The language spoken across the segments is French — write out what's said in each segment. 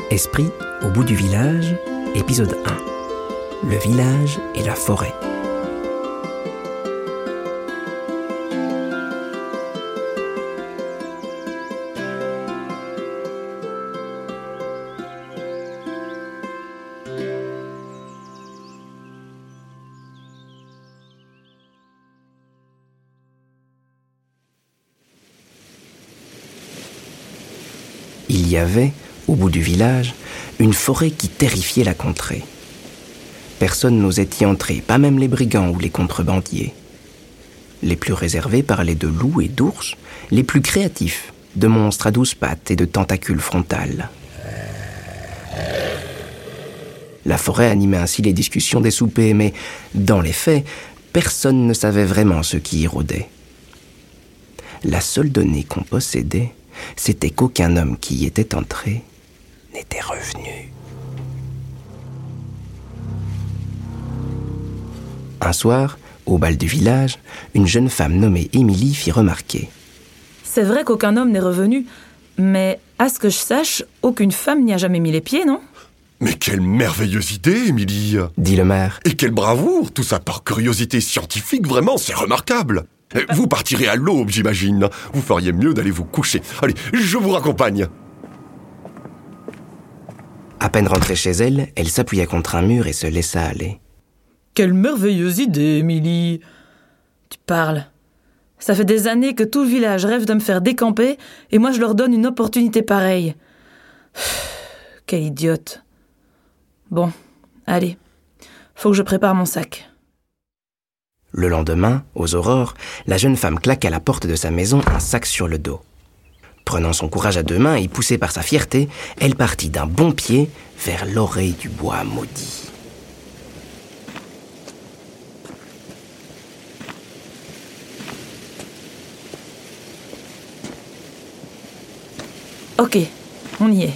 Esprit au bout du village, épisode 1. Le village et la forêt. Il y avait, au bout du village, une forêt qui terrifiait la contrée. Personne n'osait y entrer, pas même les brigands ou les contrebandiers. Les plus réservés parlaient de loups et d'ours, les plus créatifs, de monstres à 12 pattes et de tentacules frontales. La forêt animait ainsi les discussions des soupers, mais dans les faits, personne ne savait vraiment ce qui y rôdait. La seule donnée qu'on possédait, c'était qu'aucun homme qui y était entré n'était revenu. Un soir, au bal du village, une jeune femme nommée Émilie fit remarquer. C'est vrai qu'aucun homme n'est revenu, mais à ce que je sache, aucune femme n'y a jamais mis les pieds, non ? Mais quelle merveilleuse idée, Émilie ! Dit le maire. Et quelle bravoure! Tout ça par curiosité scientifique, vraiment, c'est remarquable. Vous partirez à l'aube, j'imagine. Vous feriez mieux d'aller vous coucher. Allez, je vous raccompagne. À peine rentrée chez elle, elle s'appuya contre un mur et se laissa aller. Quelle merveilleuse idée, Émilie ! Tu parles. Ça fait des années que tout le village rêve de me faire décamper, et moi je leur donne une opportunité pareille. Quelle idiote. Bon, allez, faut que je prépare mon sac. Le lendemain, aux aurores, la jeune femme claqua à la porte de sa maison, un sac sur le dos. Prenant son courage à deux mains et poussée par sa fierté, elle partit d'un bon pied vers l'oreille du bois maudit. Ok, on y est.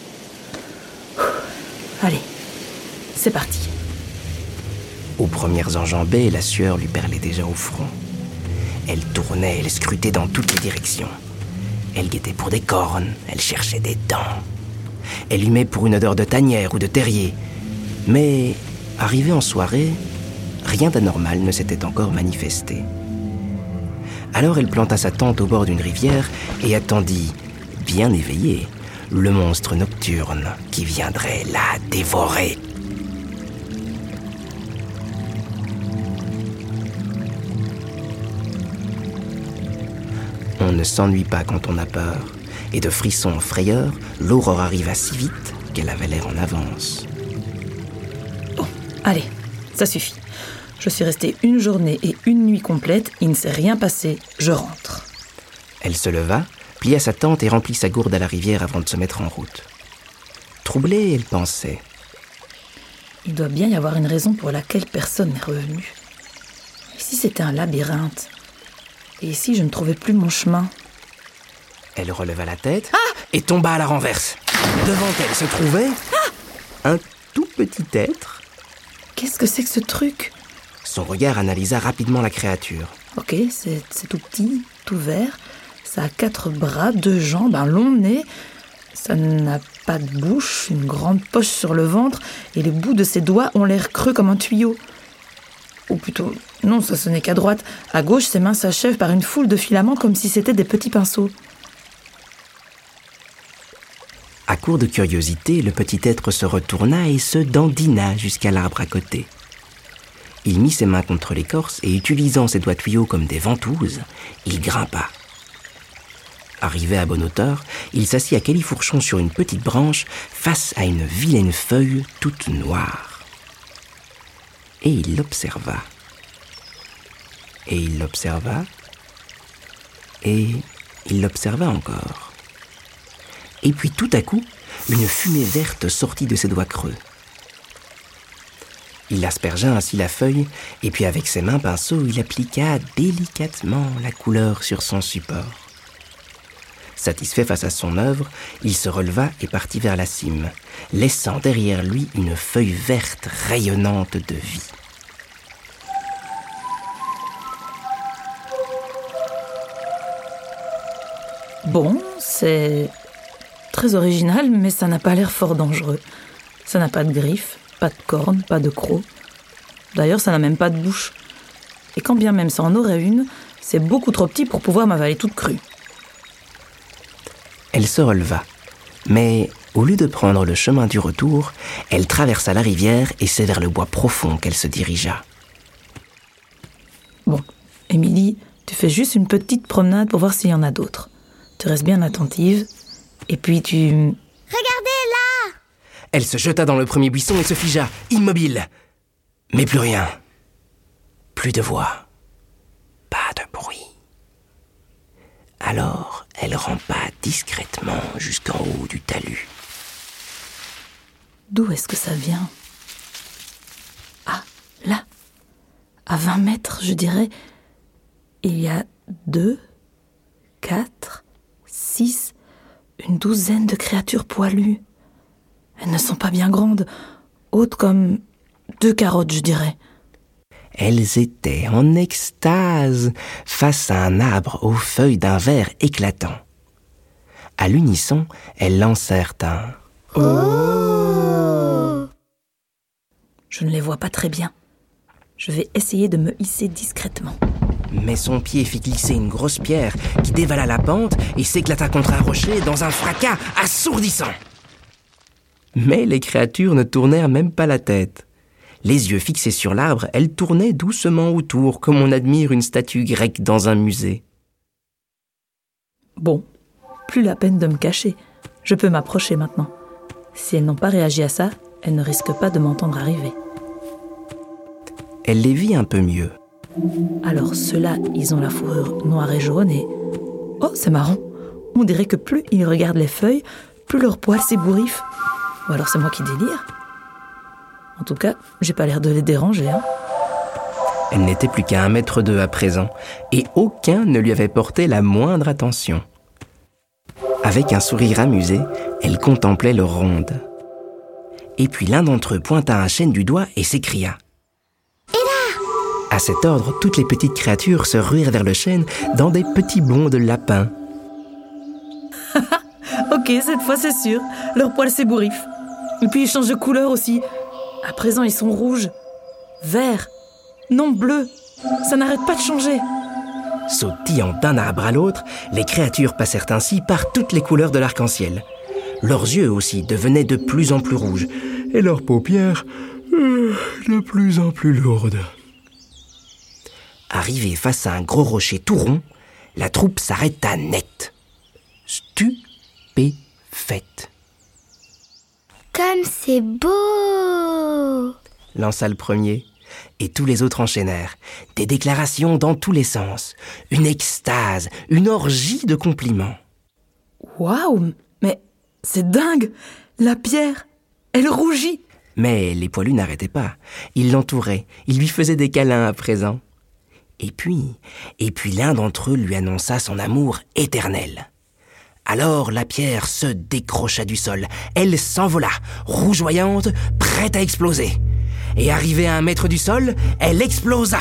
Allez, c'est parti. Aux premières enjambées, la sueur lui perlait déjà au front. Elle tournait, elle scrutait dans toutes les directions. Elle guettait pour des cornes, elle cherchait des dents. Elle humait pour une odeur de tanière ou de terrier. Mais, arrivée en soirée, rien d'anormal ne s'était encore manifesté. Alors elle planta sa tente au bord d'une rivière et attendit, bien éveillée, le monstre nocturne qui viendrait la dévorer. On ne s'ennuie pas quand on a peur, et de frisson en frayeur, l'aurore arriva si vite qu'elle avait l'air en avance. Bon, allez, ça suffit. Je suis restée une journée et une nuit complète, il ne s'est rien passé, je rentre. Elle se leva, plia sa tente et remplit sa gourde à la rivière avant de se mettre en route. Troublée, elle pensait. Il doit bien y avoir une raison pour laquelle personne n'est revenu. Et si c'était un labyrinthe ? Et si je ne trouvais plus mon chemin ? Elle releva la tête et tomba à la renverse. Devant elle se trouvait un tout petit être. Qu'est-ce que c'est que ce truc ? Son regard analysa rapidement la créature. Ok, c'est tout petit, tout vert. Ça a 4 bras, 2 jambes, un long nez. Ça n'a pas de bouche, une grande poche sur le ventre, et les bouts de ses doigts ont l'air creux comme un tuyau. Ou plutôt, non, ça ce n'est qu'à droite. À gauche, ses mains s'achèvent par une foule de filaments comme si c'était des petits pinceaux. À court de curiosité, le petit être se retourna et se dandina jusqu'à l'arbre à côté. Il mit ses mains contre l'écorce et, utilisant ses doigts tuyaux comme des ventouses, il grimpa. Arrivé à bonne hauteur, il s'assit à califourchon sur une petite branche face à une vilaine feuille toute noire. Et il l'observa. Et il l'observa. Et il l'observa encore. Et puis tout à coup, une fumée verte sortit de ses doigts creux. Il aspergea ainsi la feuille, et puis avec ses mains pinceaux, il appliqua délicatement la couleur sur son support. Satisfait face à son œuvre, il se releva et partit vers la cime, laissant derrière lui une feuille verte rayonnante de vie. Bon, c'est Très original, mais ça n'a pas l'air fort dangereux. Ça n'a pas de griffes, pas de cornes, pas de crocs. D'ailleurs, ça n'a même pas de bouche. Et quand bien même ça en aurait une, c'est beaucoup trop petit pour pouvoir m'avaler toute crue. Elle se releva, mais au lieu de prendre le chemin du retour, elle traversa la rivière et c'est vers le bois profond qu'elle se dirigea. Bon, Émilie, tu fais juste une petite promenade pour voir s'il y en a d'autres. Tu restes bien attentive, et puis tu... Regardez là! Elle se jeta dans le premier buisson et se figea, immobile. Mais plus rien. Plus de voix. Pas de bruit. Alors, elle rampa discrètement jusqu'en haut du talus. D'où est-ce que ça vient? Ah, là, à 20 mètres, je dirais, il y a 2, 4, 6, une douzaine de créatures poilues. Elles ne sont pas bien grandes, hautes comme 2 carottes, je dirais. Elles étaient en extase face à un arbre aux feuilles d'un vert éclatant. À l'unisson, elles lancèrent un « Oh! Je ne les vois pas très bien. Je vais essayer de me hisser discrètement. » Mais son pied fit glisser une grosse pierre qui dévala la pente et s'éclata contre un rocher dans un fracas assourdissant. Mais les créatures ne tournèrent même pas la tête. Les yeux fixés sur l'arbre, elles tournaient doucement autour, comme on admire une statue grecque dans un musée. Bon, plus la peine de me cacher. Je peux m'approcher maintenant. Si elles n'ont pas réagi à ça, elles ne risquent pas de m'entendre arriver. Elle les vit un peu mieux. Alors ceux-là, ils ont la fourrure noire et jaune et... Oh, c'est marrant. On dirait que plus ils regardent les feuilles, plus leur poil s'ébouriffe. Ou alors c'est moi qui délire. En tout cas, j'ai pas l'air de les déranger, hein. Elle n'était plus qu'à 1,2 mètre à présent, et aucun ne lui avait porté la moindre attention. Avec un sourire amusé, elle contemplait leur ronde. Et puis l'un d'entre eux pointa un chêne du doigt et s'écria « Et là !» À cet ordre, toutes les petites créatures se ruèrent vers le chêne dans des petits bonds de lapin. Ok, cette fois c'est sûr, leur poil s'ébouriffe. Et puis ils changent de couleur aussi. À présent, ils sont rouges, verts, non bleus. Ça n'arrête pas de changer. Sautillant d'un arbre à l'autre, les créatures passèrent ainsi par toutes les couleurs de l'arc-en-ciel. Leurs yeux aussi devenaient de plus en plus rouges, et leurs paupières de plus en plus lourdes. Arrivée face à un gros rocher tout rond, la troupe s'arrêta net, stupéfaite. Comme c'est beau! Lança le premier, et tous les autres enchaînèrent. Des déclarations dans tous les sens, une extase, une orgie de compliments. Waouh, mais c'est dingue! La pierre, elle rougit! Mais les poilus n'arrêtaient pas. Ils l'entouraient, ils lui faisaient des câlins à présent. Et puis l'un d'entre eux lui annonça son amour éternel. Alors la pierre se décrocha du sol. Elle s'envola, rougeoyante, prête à exploser. Et arrivée à 1 mètre du sol, elle explosa.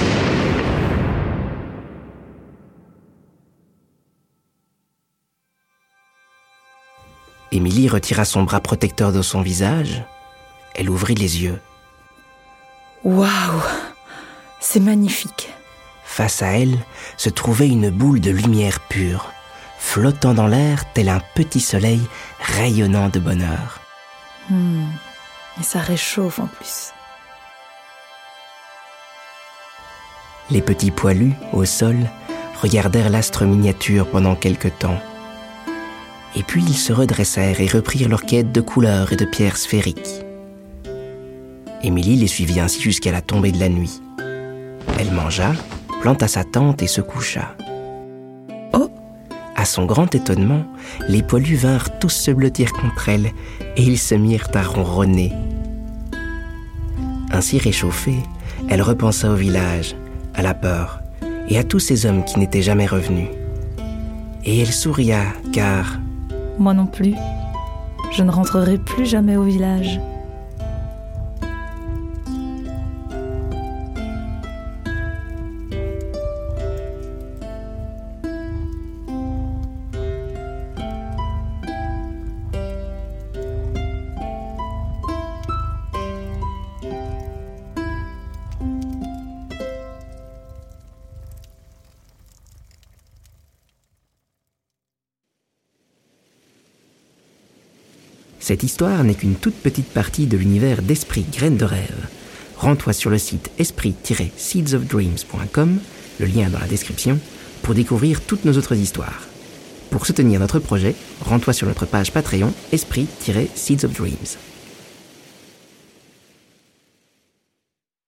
Émilie retira son bras protecteur de son visage. Elle ouvrit les yeux. Waouh, c'est magnifique. Face à elle se trouvait une boule de lumière pure, flottant dans l'air tel un petit soleil rayonnant de bonheur. Et ça réchauffe en plus. Les petits poilus, au sol, regardèrent l'astre miniature pendant quelque temps. Et puis ils se redressèrent et reprirent leur quête de couleurs et de pierres sphériques. Émilie les suivit ainsi jusqu'à la tombée de la nuit. Elle mangea, planta sa tente et se coucha. Oh! À son grand étonnement, les poilus vinrent tous se blottir contre elle et ils se mirent à ronronner. Ainsi réchauffée, elle repensa au village, à la peur et à tous ces hommes qui n'étaient jamais revenus. Et elle souria car... Moi non plus. Je ne rentrerai plus jamais au village. Cette histoire n'est qu'une toute petite partie de l'univers d'Esprit Graines de Rêve. Rends-toi sur le site esprit-seedsofdreams.com, le lien est dans la description, pour découvrir toutes nos autres histoires. Pour soutenir notre projet, rends-toi sur notre page Patreon Esprit-Seeds of Dreams.